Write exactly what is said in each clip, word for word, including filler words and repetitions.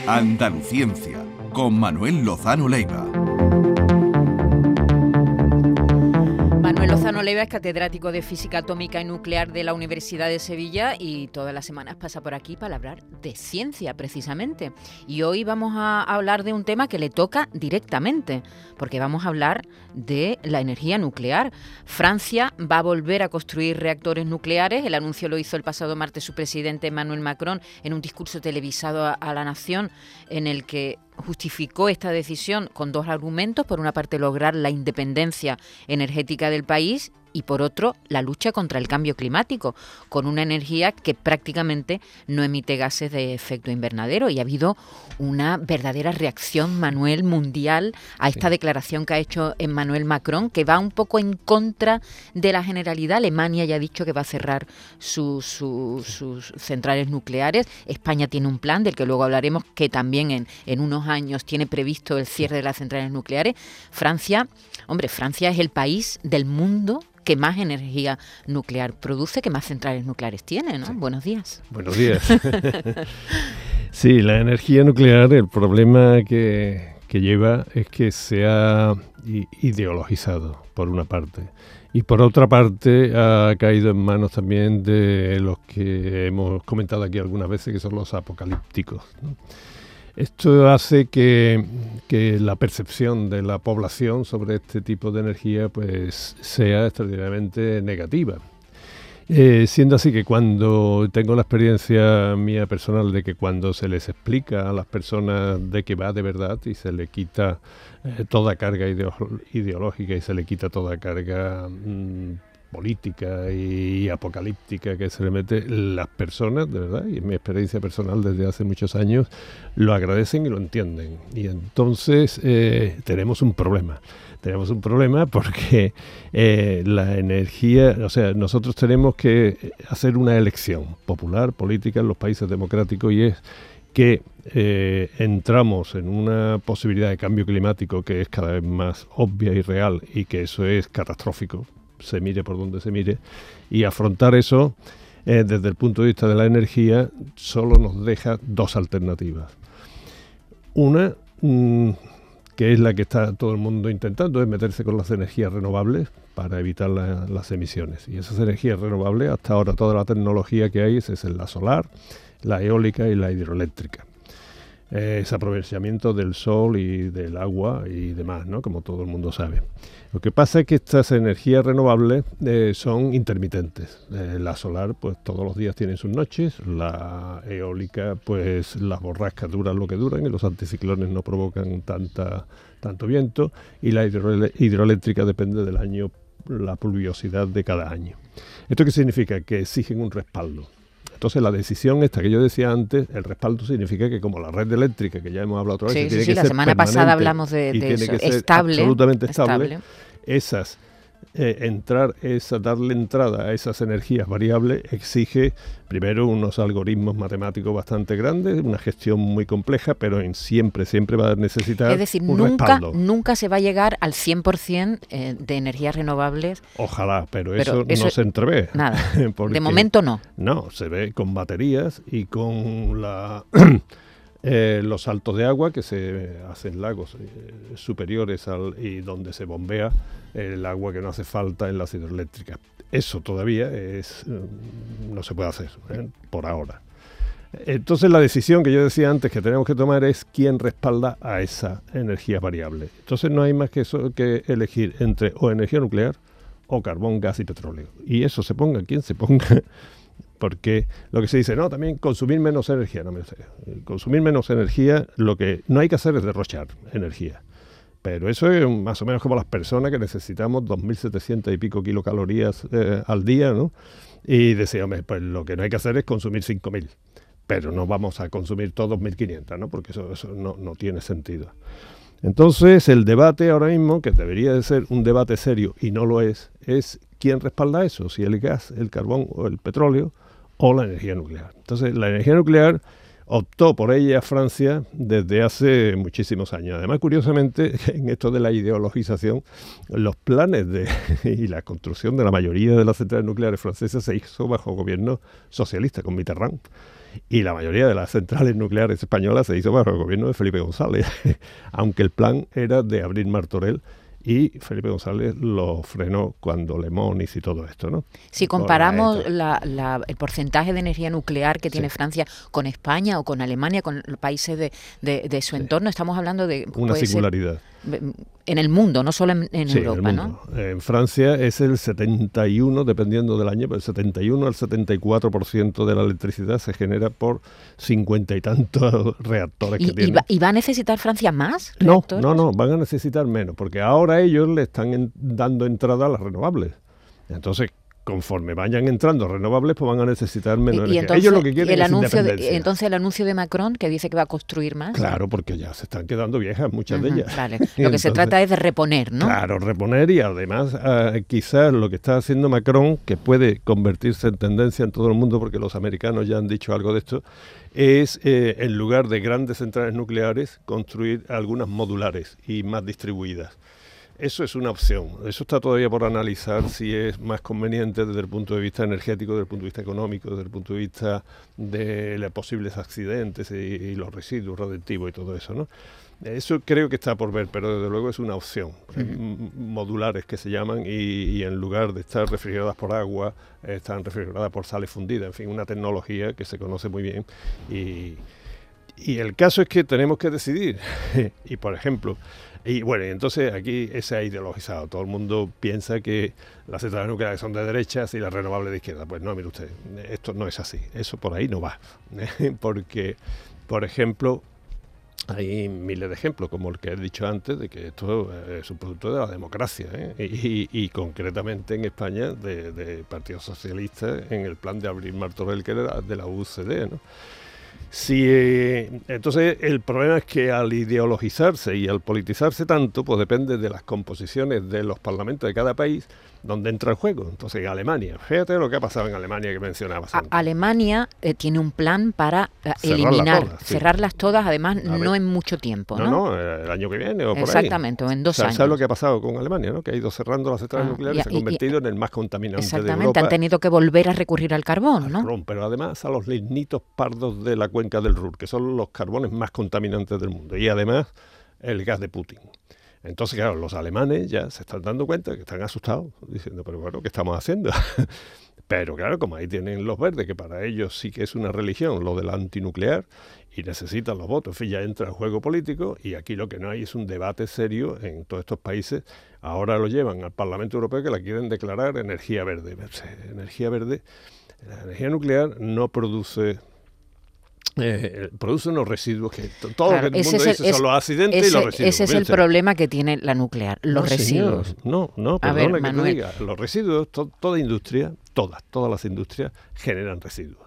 Andaluciencia, con Manuel Lozano Leiva. Manuel Lozano Leiva es catedrático de Física Atómica y Nuclear de la Universidad de Sevilla y todas las semanas pasa por aquí para hablar de ciencia, precisamente. Y hoy vamos a hablar de un tema que le toca directamente, porque vamos a hablar de la energía nuclear. Francia va a volver a construir reactores nucleares. El anuncio lo hizo el pasado martes su presidente Emmanuel Macron en un discurso televisado a, a la nación, en el que justificó esta decisión con dos argumentos: por una parte, lograr la independencia energética del país, y por otro, la lucha contra el cambio climático, con una energía que prácticamente no emite gases de efecto invernadero. Y ha habido una verdadera reacción, Manuel, mundial a esta sí. declaración que ha hecho Emmanuel Macron, que va un poco en contra de la generalidad. Alemania ya ha dicho que va a cerrar su, su, sus centrales nucleares. España tiene un plan, del que luego hablaremos, que también en, en unos años tiene previsto el cierre de las centrales nucleares. Francia, hombre, Francia es el país del mundo que más energía nuclear produce, que más centrales nucleares tiene, ¿no? Sí. Buenos días. Buenos días. Sí, la energía nuclear, el problema que, que lleva es que se ha ideologizado, por una parte. Y por otra parte, ha caído en manos también de los que hemos comentado aquí algunas veces, que son los apocalípticos, ¿no? Esto hace que, que la percepción de la población sobre este tipo de energía pues sea extraordinariamente negativa. Eh, siendo así que cuando tengo la experiencia mía personal de que cuando se les explica a las personas de qué va de verdad y se le quita eh, toda carga ideo- ideológica y se le quita toda carga mmm, política y apocalíptica que se le mete, las personas, de verdad, y en mi experiencia personal desde hace muchos años, lo agradecen y lo entienden. Y entonces eh, tenemos un problema. Tenemos un problema porque eh, la energía, o sea, nosotros tenemos que hacer una elección popular, política en los países democráticos, y es que eh, entramos en una posibilidad de cambio climático que es cada vez más obvia y real, y que eso es catastrófico, se mire por donde se mire, y afrontar eso eh, desde el punto de vista de la energía solo nos deja dos alternativas. Una, mmm, que es la que está todo el mundo intentando, es meterse con las energías renovables para evitar la, las emisiones. Y esas energías renovables, hasta ahora toda la tecnología que hay es, es la solar, la eólica y la hidroeléctrica. Eh, ese aprovechamiento del sol y del agua y demás, ¿no? Como todo el mundo sabe. Lo que pasa es que estas energías renovables eh, son intermitentes. Eh, la solar, pues todos los días tiene sus noches. La eólica, pues las borrascas duran lo que duran y los anticiclones no provocan tanta, tanto viento. Y la hidro- hidroeléctrica depende del año, la pluviosidad de cada año. ¿Esto qué significa? Que exigen un respaldo. Entonces la decisión esta que yo decía antes, el respaldo significa que como la red eléctrica, que ya hemos hablado otra vez, sí, que sí, tiene sí, que la ser semana pasada hablamos de, de y tiene eso, que ser estable, absolutamente estable, estable. esas eh, entrar, esa, darle entrada a esas energías variables exige primero unos algoritmos matemáticos bastante grandes, una gestión muy compleja, pero en siempre, siempre va a necesitar es decir, un nunca, respaldo. nunca se va a llegar al cien por ciento eh, de energías renovables. Ojalá, pero, pero eso, eso no se entrevé. Nada, de momento no. No, se ve con baterías y con la... Eh, los saltos de agua que se hacen lagos eh, superiores al, y donde se bombea el agua que no hace falta en las hidroeléctricas. Eso todavía es no se puede hacer ¿eh? por ahora. Entonces la decisión que yo decía antes que tenemos que tomar es quién respalda a esa energía variable. Entonces no hay más que eso que elegir entre o energía nuclear o carbón, gas y petróleo. Y eso se ponga quien se ponga. Porque lo que se dice, no, también consumir menos energía. No me sé. Consumir menos energía, lo que no hay que hacer es derrochar energía. Pero eso es más o menos como las personas que necesitamos dos mil setecientas y pico kilocalorías eh, al día, ¿no? Y decía, hombre, pues lo que no hay que hacer es consumir cinco mil. Pero no vamos a consumir todos mil quinientas, ¿no? Porque eso, eso no, no tiene sentido. Entonces, el debate ahora mismo, que debería de ser un debate serio y no lo es, es quién respalda eso, si el gas, el carbón o el petróleo, o la energía nuclear. Entonces, la energía nuclear optó por ella Francia desde hace muchísimos años. Además, curiosamente, en esto de la ideologización, los planes de, y la construcción de la mayoría de las centrales nucleares francesas se hizo bajo gobierno socialista, con Mitterrand. Y la mayoría de las centrales nucleares españolas se hizo bajo el gobierno de Felipe González, aunque el plan era de abrir Martorell. Y Felipe González lo frenó cuando Le Mons y todo esto, ¿no? Si comparamos la, la, el porcentaje de energía nuclear que tiene sí. Francia con España o con Alemania, con los países de, de, de su sí. entorno, estamos hablando de... Una singularidad. Ser, en el mundo, no solo en, en sí, Europa, en ¿no? En Francia es el setenta y uno, dependiendo del año, pero el setenta y uno al setenta y cuatro por ciento de la electricidad se genera por cincuenta y tantos reactores ¿Y, que tiene. Y va, ¿Y va a necesitar Francia más no, reactores? No, no, van a necesitar menos, porque ahora ellos le están en, dando entrada a las renovables. Entonces, conforme vayan entrando renovables, pues van a necesitar menos y, y energía. Entonces, ellos lo que quieren el es anuncio independencia. De, entonces el anuncio de Macron, que dice que va a construir más. Claro, porque ya se están quedando viejas muchas uh-huh, de ellas. Vale. Lo que entonces, se trata es de reponer, ¿no? Claro, reponer y además uh, quizás lo que está haciendo Macron, que puede convertirse en tendencia en todo el mundo, porque los americanos ya han dicho algo de esto, es eh, en lugar de grandes centrales nucleares, construir algunas modulares y más distribuidas. Eso es una opción. Eso está todavía por analizar si es más conveniente desde el punto de vista energético, desde el punto de vista económico, desde el punto de vista de los posibles accidentes y, y los residuos radiactivos y todo eso, ¿no? Eso creo que está por ver, pero desde luego es una opción. Uh-huh. Modulares que se llaman y, y en lugar de estar refrigeradas por agua, están refrigeradas por sales fundidas. En fin, una tecnología que se conoce muy bien. Y, y el caso es que tenemos que decidir. Y, por ejemplo... Y bueno, entonces aquí se ha ideologizado. Todo el mundo piensa que las centrales nucleares son de derechas y las renovables de izquierda. Pues no, mire usted, esto no es así. Eso por ahí no va. Porque, por ejemplo, hay miles de ejemplos, como el que he dicho antes, de que esto es un producto de la democracia, ¿eh? y, y, y concretamente en España de, de Partido Socialista en el plan de abrir Martorell, que era de la U C D, ¿no? Sí, eh, entonces el problema es que al ideologizarse y al politizarse tanto, pues depende de las composiciones de los parlamentos de cada país donde entra el juego. Entonces en Alemania, fíjate lo que ha pasado en Alemania que mencionabas antes. A- Alemania eh, tiene un plan para eh, eliminar, todas, sí. cerrarlas todas, además no en mucho tiempo, ¿no? No, no, el año que viene o por ahí. Exactamente, o en dos o sea, años. ¿Sabes lo que ha pasado con Alemania, no? Que ha ido cerrando las centrales ah, nucleares y se ha convertido y, en el más contaminante de Europa. Exactamente, han tenido que volver a recurrir al carbón, ¿no? Carbón, pero además a los lignitos pardos de la cuenca del Ruhr, que son los carbones más contaminantes del mundo, y además el gas de Putin. Entonces, claro, los alemanes ya se están dando cuenta que están asustados, diciendo, pero bueno, ¿qué estamos haciendo? Pero claro, como ahí tienen los verdes, que para ellos sí que es una religión, lo del antinuclear, y necesitan los votos, en fin, ya entra el juego político, y aquí lo que no hay es un debate serio en todos estos países. Ahora lo llevan al Parlamento Europeo, que la quieren declarar energía verde. Energía verde, la energía nuclear no produce... Eh, produce unos residuos que t- todo claro, lo que el mundo es dice el, son los accidentes ese, y los residuos. Ese es el problema que tiene la nuclear, los no, residuos. Señor, no, no, perdona que te diga. Los residuos, to- toda industria, todas, todas las industrias generan residuos.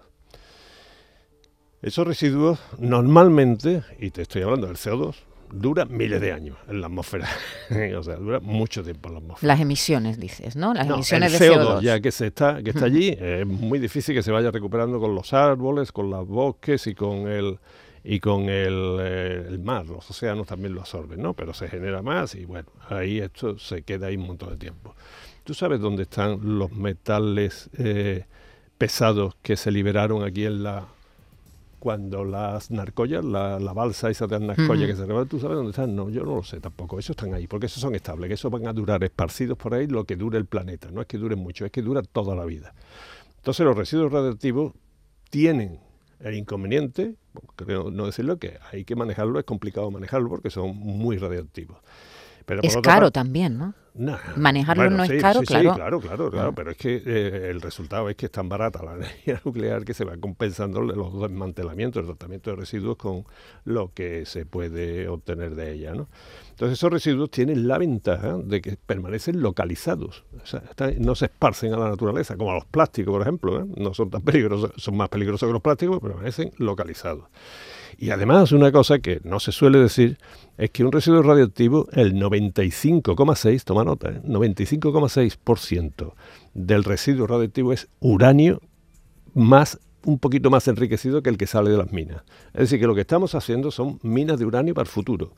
Esos residuos normalmente, y te estoy hablando del C O dos, dura miles de años en la atmósfera. O sea, dura mucho tiempo en la atmósfera. Las emisiones, dices, ¿no? Las no, emisiones el de C O dos, C O dos. Ya que se está, que está allí, es muy difícil que se vaya recuperando con los árboles, con los bosques y con el y con el, eh, el mar. Los océanos también lo absorben, ¿no? Pero se genera más y bueno, ahí esto se queda ahí un montón de tiempo. ¿Tú sabes dónde están los metales eh, pesados que se liberaron aquí en la... Cuando las narcoyas, la, la balsa esa de las narcoyas uh-huh. que se rebalan, ¿tú sabes dónde están? No, yo no lo sé tampoco. Esos están ahí, porque esos son estables, que esos van a durar esparcidos por ahí lo que dure el planeta. No es que duren mucho, es que dura toda la vida. Entonces los residuos radiactivos tienen el inconveniente, creo no decirlo, que hay que manejarlo, es complicado manejarlo porque son muy radiactivos. Pero es por caro parte, también, ¿no? Nah, Manejarlo bueno, no sí, es caro, sí, claro. Sí, claro, claro, claro, Ah. pero es que eh, el resultado es que es tan barata la energía nuclear que se va compensando los desmantelamientos, el tratamiento de residuos con lo que se puede obtener de ella, ¿no? Entonces esos residuos tienen la ventaja de que permanecen localizados, o sea, están, no se esparcen a la naturaleza, como a los plásticos, por ejemplo, ¿eh? No son tan peligrosos, son más peligrosos que los plásticos, pero permanecen localizados. Y además una cosa que no se suele decir es que un residuo radioactivo, el noventa y cinco coma seis, toma nota, ¿eh? noventa y cinco coma seis por ciento del residuo radioactivo es uranio más un poquito más enriquecido que el que sale de las minas. Es decir, que lo que estamos haciendo son minas de uranio para el futuro.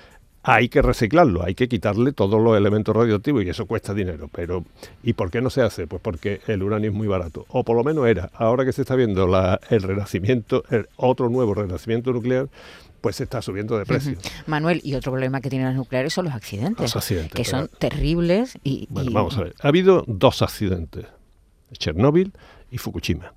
Hay que reciclarlo, hay que quitarle todos los elementos radioactivos y eso cuesta dinero. Pero ¿y por qué no se hace? Pues porque el uranio es muy barato. O por lo menos era. Ahora que se está viendo la, el renacimiento, el otro nuevo renacimiento nuclear, pues se está subiendo de precio. Uh-huh. Manuel, y otro problema que tienen las nucleares son los accidentes, los accidentes que pero, son terribles. Y, bueno, y... vamos a ver. Ha habido dos accidentes, Chernóbil y Fukushima.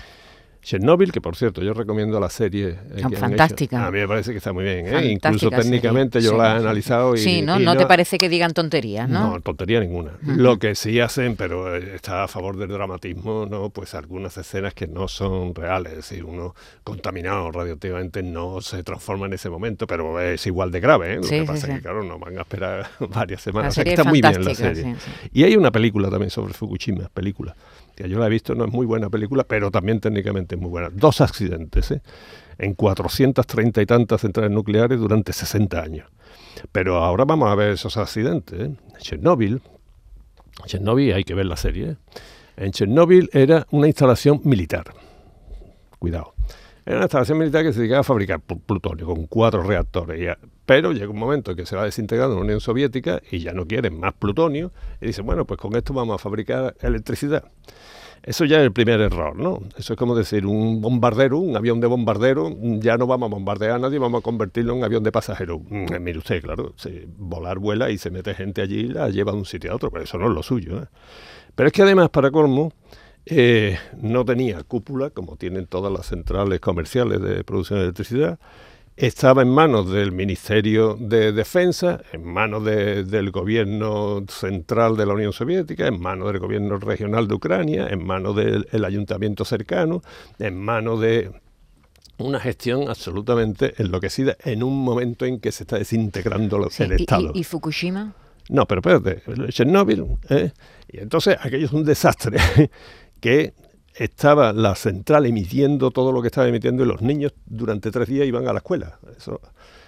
Chernobyl, que por cierto yo recomiendo la serie eh, que fantástica. Han hecho. A mí me parece que está muy bien, ¿eh? Incluso técnicamente serie. yo sí, la he analizado. Sí, y, ¿no? y ¿No no te parece que digan tonterías, no? No, tontería ninguna. Uh-huh. Lo que sí hacen, pero está a favor del dramatismo, ¿no? Pues algunas escenas que no son reales, es decir, uno contaminado radioactivamente no se transforma en ese momento, pero es igual de grave, ¿eh? Lo sí, que pasa sí, es que, sí. claro, no van a esperar varias semanas. La o sea, que serie está muy bien la fantástica, serie. sí, sí. Y hay una película también sobre Fukushima, película. Que yo la he visto, no es muy buena película, pero también técnicamente es muy buena. Dos accidentes, ¿eh? En cuatrocientas treinta y tantas centrales nucleares durante sesenta años. Pero ahora vamos a ver esos accidentes, ¿eh? Chernóbil, Chernóbil hay que ver la serie, ¿eh? En Chernóbil era una instalación militar. Cuidado. Era una instalación militar que se dedicaba a fabricar plutonio con cuatro reactores. Pero llega un momento en que se va desintegrando la Unión Soviética y ya no quieren más plutonio. Y dicen, bueno, pues con esto vamos a fabricar electricidad. Eso ya es el primer error, ¿no? Eso es como decir, un bombardero, un avión de bombardero, ya no vamos a bombardear a nadie, vamos a convertirlo en un avión de pasajeros. Mm, mire usted, claro, sí, volar vuela y se mete gente allí y la lleva de un sitio a otro, pero eso no es lo suyo, ¿eh? Pero es que además, para colmo, eh, no tenía cúpula, como tienen todas las centrales comerciales de producción de electricidad. Estaba en manos del Ministerio de Defensa, en manos de, del gobierno central de la Unión Soviética, en manos del gobierno regional de Ucrania, en manos del el ayuntamiento cercano, en manos de una gestión absolutamente enloquecida en un momento en que se está desintegrando sí, el y, Estado. ¿Y, y Fukushima? No, pero espérate, Chernóbil, ¿eh? Y entonces aquello es un desastre que... Estaba la central emitiendo todo lo que estaba emitiendo y los niños durante tres días iban a la escuela. Eso,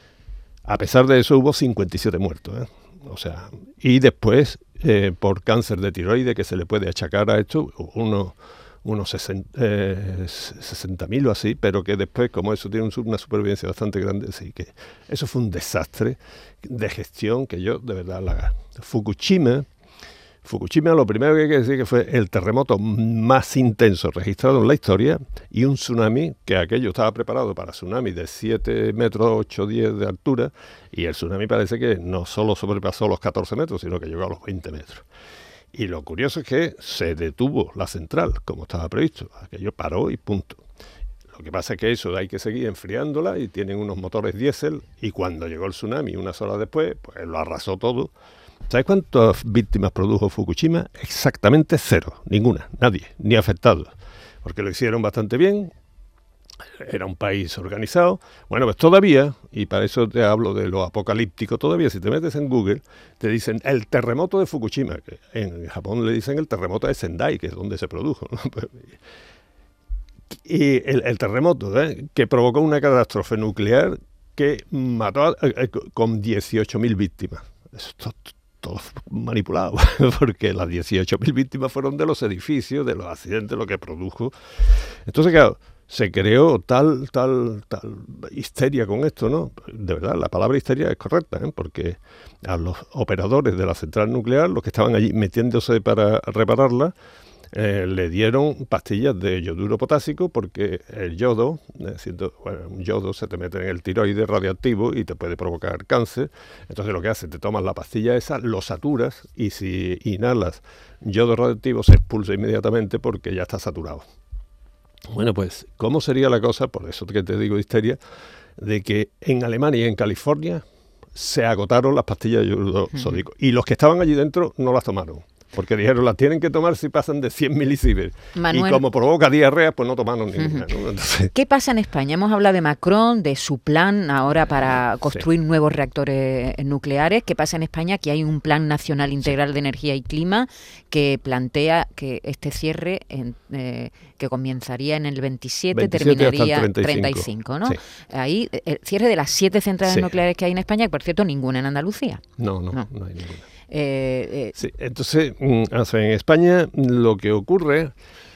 a pesar de eso hubo cincuenta y siete muertos, ¿eh? O sea, y después eh, por cáncer de tiroides que se le puede achacar a esto, unos, unos sesenta mil o así, pero que después, como eso tiene un, una supervivencia bastante grande, sí que eso fue un desastre de gestión que yo de verdad la Fukushima. Fukushima, lo primero que hay que decir que fue el terremoto más intenso registrado en la historia y un tsunami, que aquello estaba preparado para tsunami de siete metros, ocho, diez de altura, y el tsunami parece que no solo sobrepasó los catorce metros, sino que llegó a los veinte metros. Y lo curioso es que se detuvo la central, como estaba previsto. Aquello paró y punto. Lo que pasa es que eso hay que seguir enfriándola y tienen unos motores diésel, y cuando llegó el tsunami unas horas después, pues lo arrasó todo. ¿Sabes cuántas víctimas produjo Fukushima? Exactamente cero, ninguna, nadie, ni afectados, porque lo hicieron bastante bien, era un país organizado. Bueno, pues todavía, y para eso te hablo de lo apocalíptico, todavía si te metes en Google, te dicen el terremoto de Fukushima, que en Japón le dicen el terremoto de Sendai, que es donde se produjo, ¿no? Y el, el terremoto, ¿eh? Que provocó una catástrofe nuclear que mató a, eh, con dieciocho mil víctimas. Esto, todo manipulado, porque las dieciocho mil víctimas fueron de los edificios, de los accidentes, lo que produjo. Entonces, claro, se creó tal, tal, tal histeria con esto, ¿no? De verdad, la palabra histeria es correcta, ¿eh? Porque a los operadores de la central nuclear, los que estaban allí metiéndose para repararla, Eh, le dieron pastillas de yoduro potásico porque el yodo, eh, siendo, bueno, un yodo se te mete en el tiroides radioactivo y te puede provocar cáncer. Entonces lo que hace, te tomas la pastilla esa, lo saturas y si inhalas yodo radioactivo se expulsa inmediatamente porque ya está saturado. Bueno, pues, ¿cómo sería la cosa? Por eso que te digo histeria, de que en Alemania y en California se agotaron las pastillas de yodo sódico y los que estaban allí dentro no las tomaron. Porque dijeron, las tienen que tomar si pasan de cien milisieverts. Y como provoca diarrea, pues no tomaron ninguna. Uh-huh. ¿No? Entonces, ¿qué pasa en España? Hemos hablado de Macron, de su plan ahora para construir sí. nuevos reactores nucleares. ¿Qué pasa en España? Que hay un plan nacional integral sí. de energía y clima que plantea que este cierre, en, eh, que comenzaría en el veintisiete, veintisiete terminaría treinta y cinco, treinta y cinco, ¿no? Sí. Ahí, el cierre de las siete centrales sí. nucleares que hay en España, que por cierto, ninguna en Andalucía. No, no, no, no hay ninguna. Eh, eh, sí, entonces, en España lo que ocurre,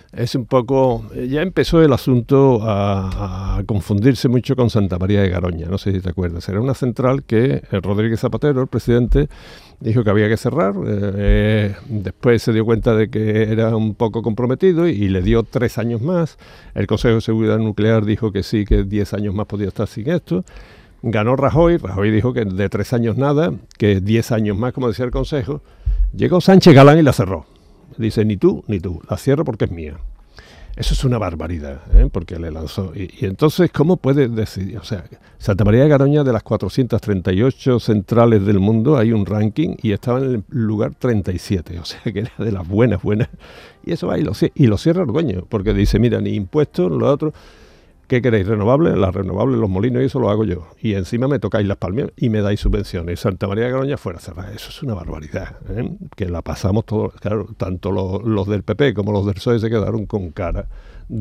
es un poco... Ya empezó el asunto a, a confundirse mucho con Santa María de Garoña, no sé si te acuerdas. Era una central que Rodríguez Zapatero, el presidente, dijo que había que cerrar. Eh, después se dio cuenta de que era un poco comprometido y, y le dio tres años más. El Consejo de Seguridad Nuclear dijo que sí, que diez años más podía estar sin esto. Ganó Rajoy, Rajoy dijo que de tres años nada, que diez años más, como decía el Consejo. Llegó Sánchez Galán y la cerró. Dice, ni tú, ni tú, la cierro porque es mía. Eso es una barbaridad, ¿eh? Porque le lanzó. Y, y entonces, ¿cómo puede decidir? O sea, Santa María de Garoña, de las cuatrocientas treinta y ocho centrales del mundo, hay un ranking y estaba en el lugar treinta y siete, o sea, que era de las buenas, buenas. Y eso va y lo, y lo cierra el dueño, porque dice, mira, ni impuestos, lo otro... ¿Qué queréis? ¿Renovables? Las renovables, los molinos, y eso lo hago yo. Y encima me tocáis las palmeras y me dais subvenciones. Santa María de Garoña fuera cerrada. Eso es una barbaridad, ¿eh? Que la pasamos todos. Claro, tanto los, los del P P como los del P S O E se quedaron con cara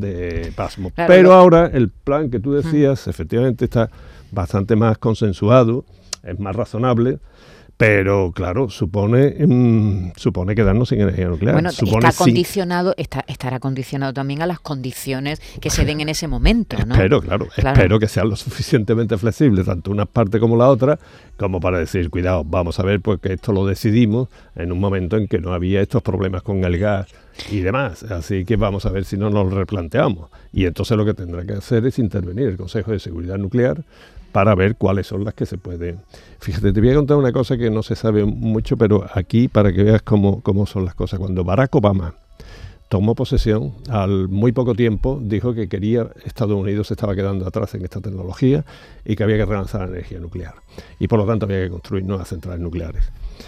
de pasmo. Claro, pero lo... ahora el plan que tú decías, uh-huh. efectivamente está bastante más consensuado, es más razonable. Pero, claro, supone mmm, supone quedarnos sin energía nuclear. Bueno, supone está condicionado, sin... está, estará condicionado también a las condiciones que se den en ese momento, ¿no? Espero, claro, claro, espero que sean lo suficientemente flexibles, tanto una parte como la otra, como para decir, cuidado, vamos a ver, pues que esto lo decidimos en un momento en que no había estos problemas con el gas y demás. Así que vamos a ver si no nos lo replanteamos. Y entonces lo que tendrá que hacer es intervenir el Consejo de Seguridad Nuclear para ver cuáles son las que se pueden. Fíjate, te voy a contar una cosa que no se sabe mucho, pero aquí para que veas cómo, cómo son las cosas. Cuando Barack Obama tomó posesión, al muy poco tiempo dijo que quería, Estados Unidos se estaba quedando atrás en esta tecnología y que había que relanzar la energía nuclear. Y por lo tanto había que construir nuevas centrales nucleares.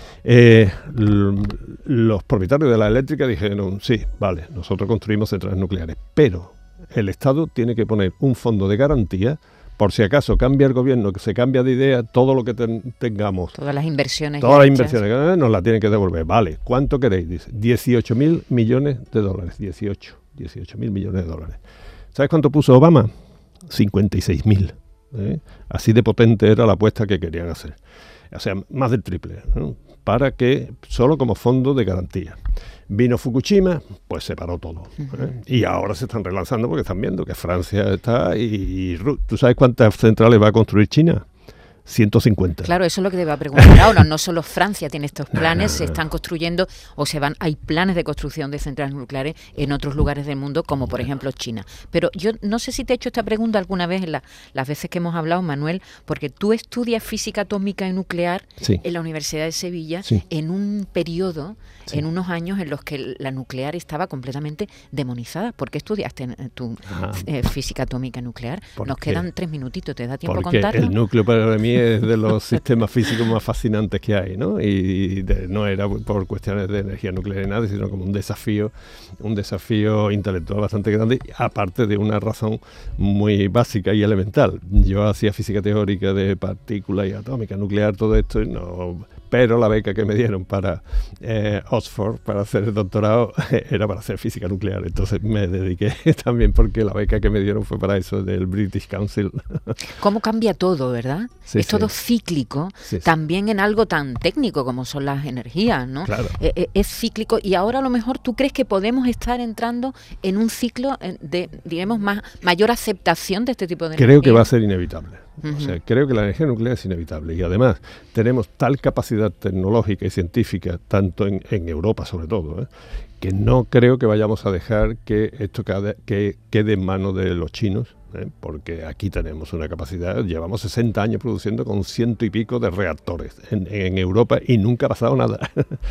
Eh, l- los propietarios de la eléctrica dijeron, sí, vale, nosotros construimos centrales nucleares, pero el Estado tiene que poner un fondo de garantía por si acaso cambia el gobierno, que se cambia de idea, todo lo que ten, tengamos. Todas las inversiones. Todas las inversiones eh, nos las tienen que devolver. Vale, ¿cuánto queréis? Dice, dieciocho mil millones de dólares. dieciocho mil millones de dólares. ¿Sabes cuánto puso Obama? cincuenta y seis mil. ¿eh? Así de potente era la apuesta que querían hacer. O sea, más del triple, ¿no? Para que, solo como fondo de garantía. Vino Fukushima, pues se paró todo. ¿eh? Y ahora se están relanzando porque están viendo que Francia está y, y... ¿Tú sabes cuántas centrales va a construir China? ciento cincuenta. Claro, eso es lo que te iba a preguntar ahora. No solo Francia tiene estos planes, se están construyendo o se van, hay planes de construcción de centrales nucleares en otros lugares del mundo, como por ejemplo China. Pero yo no sé si te he hecho esta pregunta alguna vez en la, las veces que hemos hablado, Manuel, porque tú estudias física atómica y nuclear sí. en la Universidad de Sevilla sí. en un periodo, sí. en unos años en los que la nuclear estaba completamente demonizada. ¿Por qué estudiaste tu eh, física atómica y nuclear? Nos quedan tres minutitos, ¿te da tiempo a contarlo? El núcleo para mí es de los sistemas físicos más fascinantes que hay, ¿no? Y de, no era por cuestiones de energía nuclear ni nada, sino como un desafío, un desafío intelectual bastante grande, aparte de una razón muy básica y elemental. Yo hacía física teórica de partículas y atómica, nuclear, todo esto, y no... pero la beca que me dieron para eh, Oxford, para hacer el doctorado, era para hacer física nuclear. Entonces me dediqué también porque la beca que me dieron fue para eso, del British Council. ¿Cómo cambia todo, verdad? Sí, es sí. todo cíclico, sí, sí. también en algo tan técnico como son las energías, ¿no? Claro. Eh, eh, es cíclico y ahora a lo mejor tú crees que podemos estar entrando en un ciclo de, digamos, más mayor aceptación de este tipo de energía. Creo que va a ser inevitable. Uh-huh. O sea, creo que la energía nuclear es inevitable y además tenemos tal capacidad tecnológica y científica, tanto en, en Europa sobre todo, ¿eh? que no creo que vayamos a dejar que esto quede, que quede en manos de los chinos, ¿eh? porque aquí tenemos una capacidad, llevamos sesenta años produciendo con ciento y pico de reactores en, en Europa y nunca ha pasado nada.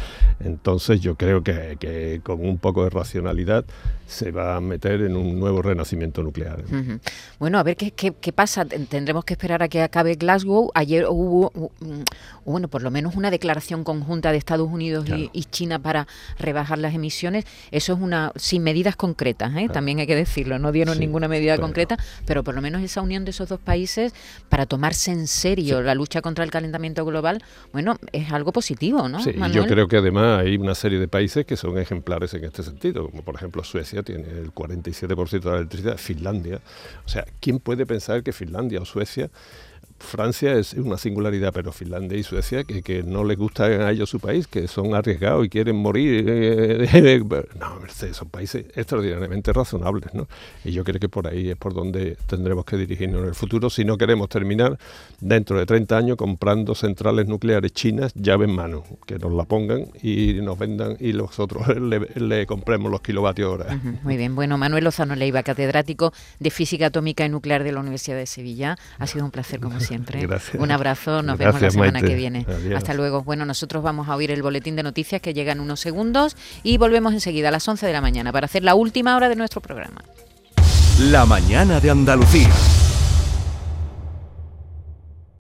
Entonces yo creo que, que con un poco de racionalidad se va a meter en un nuevo renacimiento nuclear. Uh-huh. Bueno, a ver qué, qué, qué pasa. Tendremos que esperar a que acabe Glasgow. Ayer hubo, hubo bueno, por lo menos una declaración conjunta de Estados Unidos claro. y, y China para rebajar las emisiones. Eso es una sin medidas concretas, ¿eh? claro. también hay que decirlo. No dieron sí, ninguna medida pero... concreta, pero por lo menos esa unión de esos dos países para tomarse en serio sí. la lucha contra el calentamiento global, bueno, es algo positivo, ¿no, Sí, Manuel? Yo creo que además hay una serie de países que son ejemplares en este sentido, como por ejemplo Suecia tiene el cuarenta y siete por ciento de la electricidad, Finlandia. O sea, ¿quién puede pensar que Finlandia o Suecia Francia es una singularidad, pero Finlandia y Suecia, que, que no les gusta a ellos su país, que son arriesgados y quieren morir. Eh, no, Mercedes, son países extraordinariamente razonables, ¿no? Y yo creo que por ahí es por donde tendremos que dirigirnos en el futuro, si no queremos terminar dentro de treinta años comprando centrales nucleares chinas llave en mano, que nos la pongan y nos vendan y nosotros le, le compremos los kilovatios hora. Uh-huh, muy bien. Bueno, Manuel Lozano Leiva, catedrático de Física Atómica y Nuclear de la Universidad de Sevilla. Ha sido un placer como siempre. Gracias. Un abrazo, nos Gracias, vemos la semana Maite. que viene. Adiós. Hasta luego. Bueno, nosotros vamos a oír el boletín de noticias que llega en unos segundos y volvemos enseguida a las once de la mañana para hacer la última hora de nuestro programa. La mañana de Andalucía.